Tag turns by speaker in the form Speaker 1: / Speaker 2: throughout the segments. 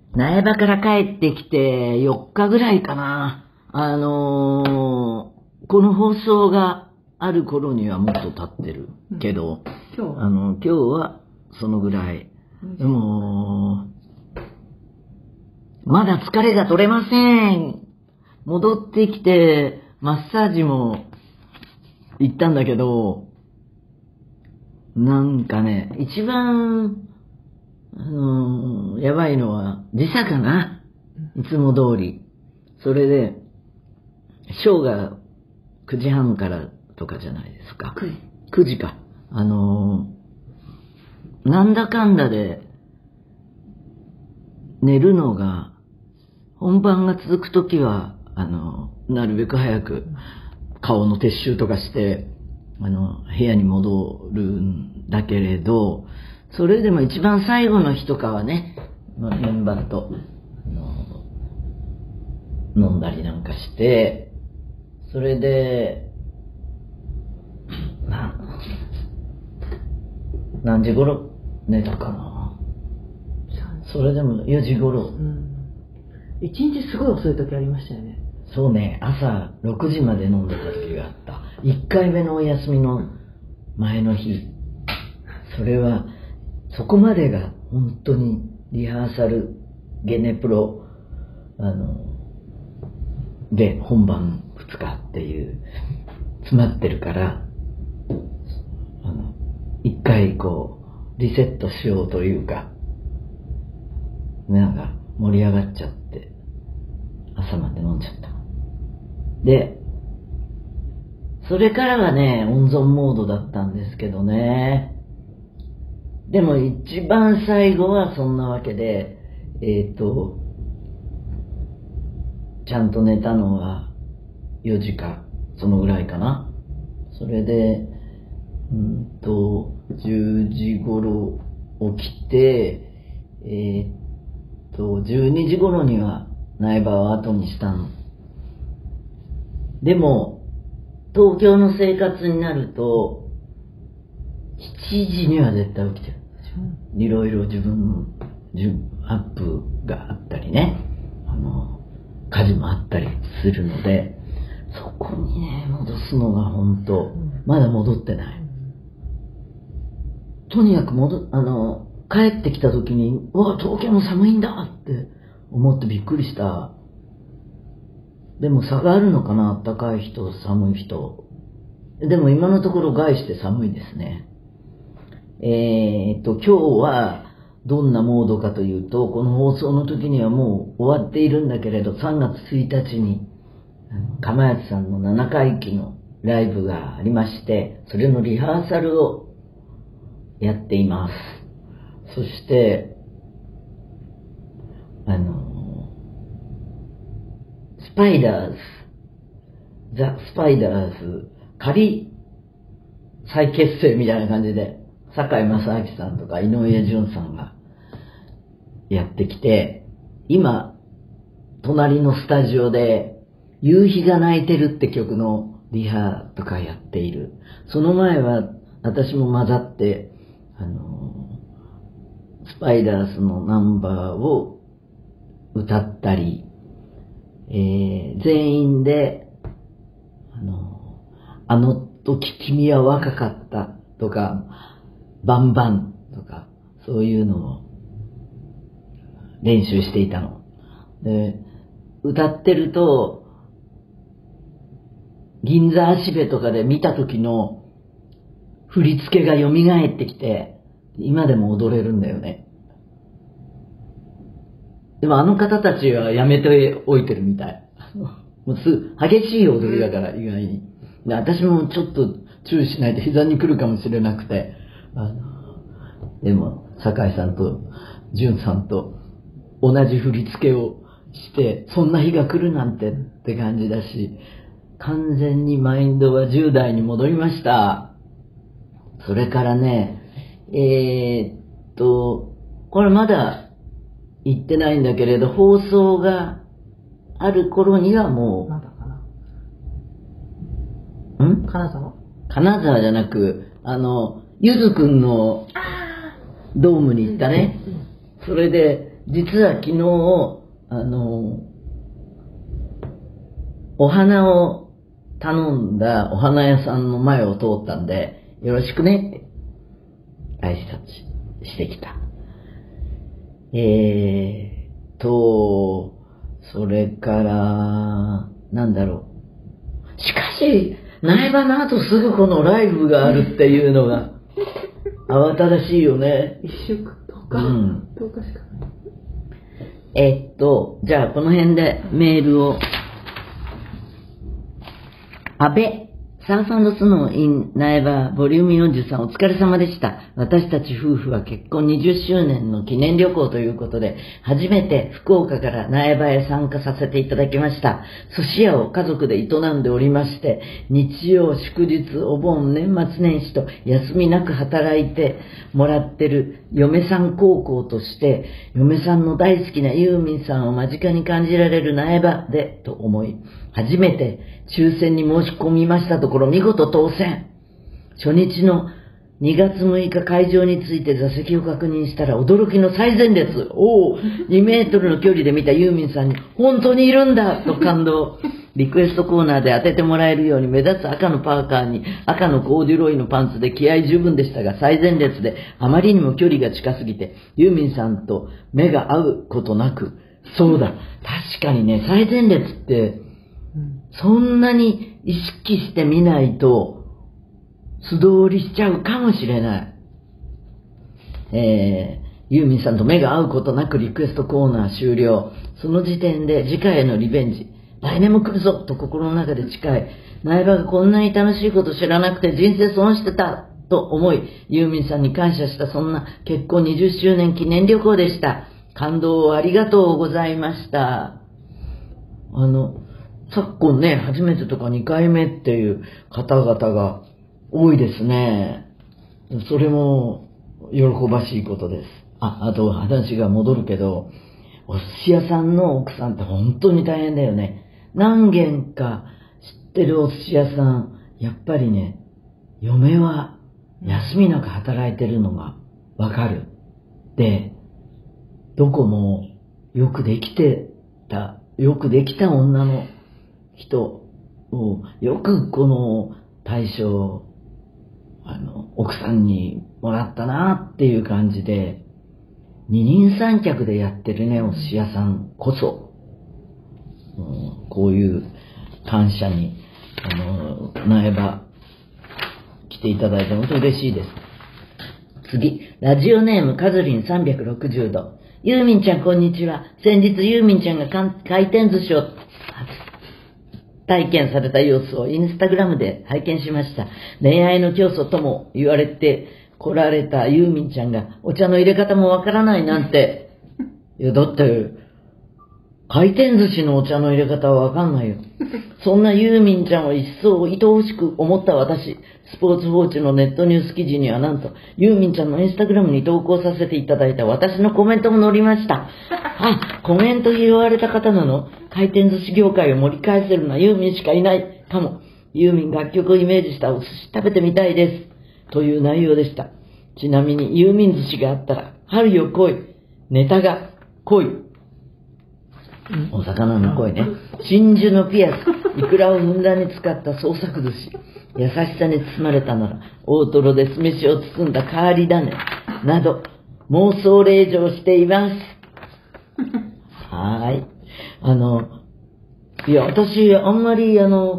Speaker 1: 苗場から帰ってきて4日ぐらいかな。この放送がある頃にはもっと経ってるけど、今日はそのぐらい。でも、まだ疲れが取れません。戻ってきて、マッサージも行ったんだけど、なんかね、一番、やばいのは時差かな。いつも通り。それで、ショーが9時半からとかじゃないですか。9時か。なんだかんだで、寝るのが、本番が続くときは、なるべく早く顔の撤収とかして、部屋に戻るんだけれど、それでも一番最後の日とかはね、メンバーと、飲んだりなんかして、それで、何時頃寝たかな。それでも4時頃。
Speaker 2: 一日すごい遅い時ありましたよね。
Speaker 1: そうね、朝6時まで飲んでた時があった。1回目のお休みの前の日。それは、そこまでが本当にリハーサル、ゲネプロ、で本番2日っていう詰まってるから、一回こうリセットしようというか、なんか盛り上がっちゃって朝まで飲んじゃった。で、それからはね、温存モードだったんですけどね。でも一番最後はそんなわけで、ちゃんと寝たのは4時か、そのぐらいかな。それで、10時頃起きて、12時頃には苗場を後にしたの。でも、東京の生活になると、7時には絶対起きてる。いろいろ自分のアップがあったりね、家事もあったりするので、そこにね、戻すのが本当、まだ戻ってない。とにかく帰ってきた時に、うわ、東京も寒いんだって思ってびっくりした。でも差があるのかな、暖かい人、寒い人。でも今のところ概して寒いですね。今日はどんなモードかというと、この放送の時にはもう終わっているんだけれど、3月1日に釜谷さんの7回忌のライブがありまして、それのリハーサルをやっています。そして、スパイダーズ、ザ・スパイダーズ、仮再結成みたいな感じで、堺正明さんとか井上順さんがやってきて、今、隣のスタジオで、夕日が泣いてるって曲のリハとかやっている。その前は、私も混ざって、スパイダースのナンバーを歌ったり、全員で、あの時君は若かったとか、バンバンとか、そういうのを練習していたの。で、歌ってると、銀座足部とかで見た時の振り付けが蘇ってきて、今でも踊れるんだよね。でもあの方たちはやめておいてるみたい。もう激しい踊りだから意外に。で、私もちょっと注意しないと膝に来るかもしれなくて、でも酒井さんと淳さんと同じ振り付けをして、そんな日が来るなんてって感じだし、完全にマインドは10代に戻りました。それからね、これまだ言ってないんだけれど、放送がある頃にはもう、
Speaker 2: まだかな。
Speaker 1: 金沢じゃなく、ゆずくんのドームに行ったね。それで、 実は昨日、お花を頼んだお花屋さんの前を通ったんで、よろしくねって挨拶してきた。それから、なんだろう。しかし、苗場の後すぐこのライブがあるっていうのが、慌ただしいよね。
Speaker 2: 一週間、10日、10日しかない。
Speaker 1: じゃあこの辺でメールを。安倍、サーフ&スノー in 苗場ボリューム43お疲れ様でした。私たち夫婦は結婚20周年の記念旅行ということで、初めて福岡から苗場へ参加させていただきました。寿司屋を家族で営んでおりまして、日曜、祝日、お盆、年末年始と休みなく働いてもらってる嫁さん孝行として、嫁さんの大好きなユーミンさんを間近に感じられる苗場でと思い、初めて抽選に申し込みましたところ見事当選。初日の2月6日会場について座席を確認したら驚きの最前列。2メートルの距離で見たユーミンさんに本当にいるんだと感動。リクエストコーナーで当ててもらえるように目立つ赤のパーカーに赤のコーデュロイのパンツで気合十分でしたが、最前列であまりにも距離が近すぎてユーミンさんと目が合うことなく、そうだ、確かにね、最前列ってそんなに意識してみないと素通りしちゃうかもしれない。ユーミンさんと目が合うことなくリクエストコーナー終了。その時点で次回へのリベンジ。来年も来るぞと心の中で誓い、苗場がこんなに楽しいこと知らなくて人生損してたと思い、ユーミンさんに感謝したそんな結婚20周年記念旅行でした。感動をありがとうございました。昨今ね、初めてとか2回目っていう方々が多いですね。それも喜ばしいことです。あと話が戻るけど、お寿司屋さんの奥さんって本当に大変だよね。何軒か知ってるお寿司屋さん、やっぱりね、嫁は休みなく働いてるのがわかる。で、どこもよくできた女の人をよくこの大賞奥さんにもらったなっていう感じで、二人三脚でやってるね、お寿司屋さんこそ、こういう感謝に苗場来ていただいて本当に嬉しいです。次、ラジオネームカズリン360度。ユーミンちゃんこんにちは。先日ユーミンちゃんが回転寿司を体験された様子をインスタグラムで拝見しました。恋愛の教祖とも言われて来られたユーミンちゃんがお茶の入れ方もわからないなんて。いや、だって、回転寿司のお茶の入れ方はわかんないよ。そんなユーミンちゃんを一層愛おしく思った私、スポーツ報知のネットニュース記事にはなんと、ユーミンちゃんのインスタグラムに投稿させていただいた私のコメントも載りました。コメント拾われた方なの？回転寿司業界を盛り返せるのはユーミンしかいないかも。ユーミン楽曲をイメージしたお寿司食べてみたいです。という内容でした。ちなみにユーミン寿司があったら、春よ来い、ネタが来い。お魚の声ね。真珠のピアス、イクラをふんだんに使った創作寿司。優しさに包まれたなら、大トロで酢飯を包んだ変わり種。など、妄想令状しています。はーい。いや、私、あんまり、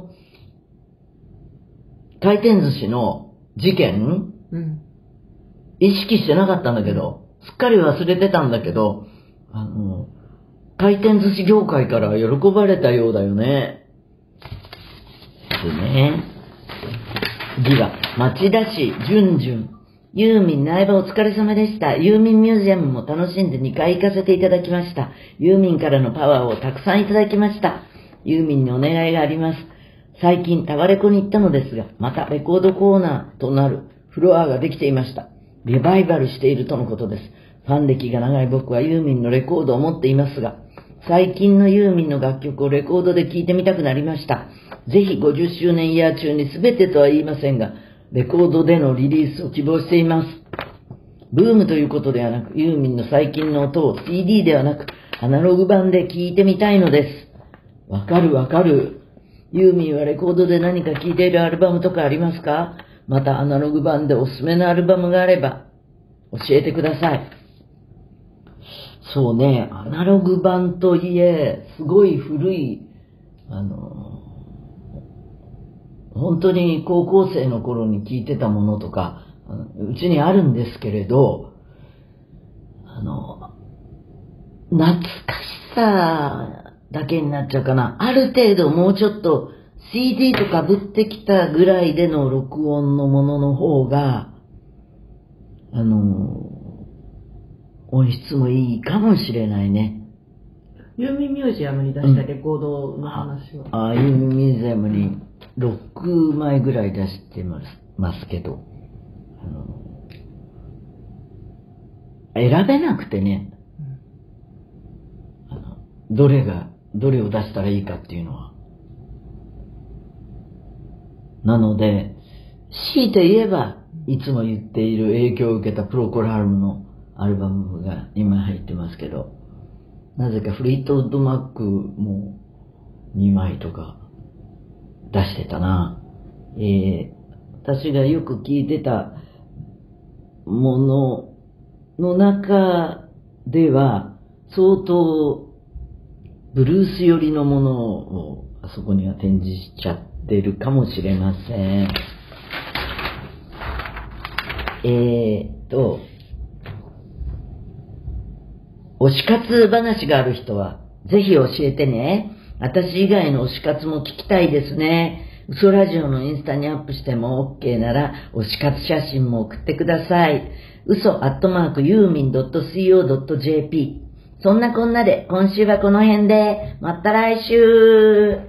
Speaker 1: 回転寿司の事件、意識してなかったんだけど、すっかり忘れてたんだけど、回転寿司業界から喜ばれたようだよね。ですね。次は、町田市、じゅんじゅん。ユーミン苗場お疲れ様でした。ユーミンミュージアムも楽しんで2回行かせていただきました。ユーミンからのパワーをたくさんいただきました。ユーミンにお願いがあります。最近タワレコに行ったのですが、またレコードコーナーとなるフロアができていました。リバイバルしているとのことです。ファン歴が長い僕はユーミンのレコードを持っていますが、最近のユーミンの楽曲をレコードで聴いてみたくなりました。ぜひ50周年イヤー中に全てとは言いませんが、レコードでのリリースを希望しています。 ブームということではなく、ユーミンの最近の音を CD ではなく、アナログ版で聴いてみたいのです。わかるわかる。ユーミンはレコードで何か聴いているアルバムとかありますか？またアナログ版でおすすめのアルバムがあれば、教えてください。そうね、アナログ版といえ、すごい古い、本当に高校生の頃に聴いてたものとか、うちにあるんですけれど、懐かしさだけになっちゃうかな。ある程度もうちょっと CD とかぶってきたぐらいでの録音のものの方が、音質もいいかもしれないね。
Speaker 2: ユーミンミュージアムに出したレコードの話は、
Speaker 1: ユーミンミュージアムに6枚ぐらい出してますけど、選べなくてね、どれを出したらいいかっていうのは。なので、強いて言えば、いつも言っている影響を受けたプロコル・ハルムのアルバムが今入ってますけど、なぜかフリートウッド・マックも2枚とか出してたな。私がよく聴いてたものの中では、相当ブルース寄りのものをあそこには展示しちゃってるかもしれません。推し活話がある人はぜひ教えてね。私以外の推し活も聞きたいですね。嘘ラジオのインスタにアップしても OK なら推し活写真も送ってください。嘘@yumin.co.jp。そんなこんなで今週はこの辺で、また来週。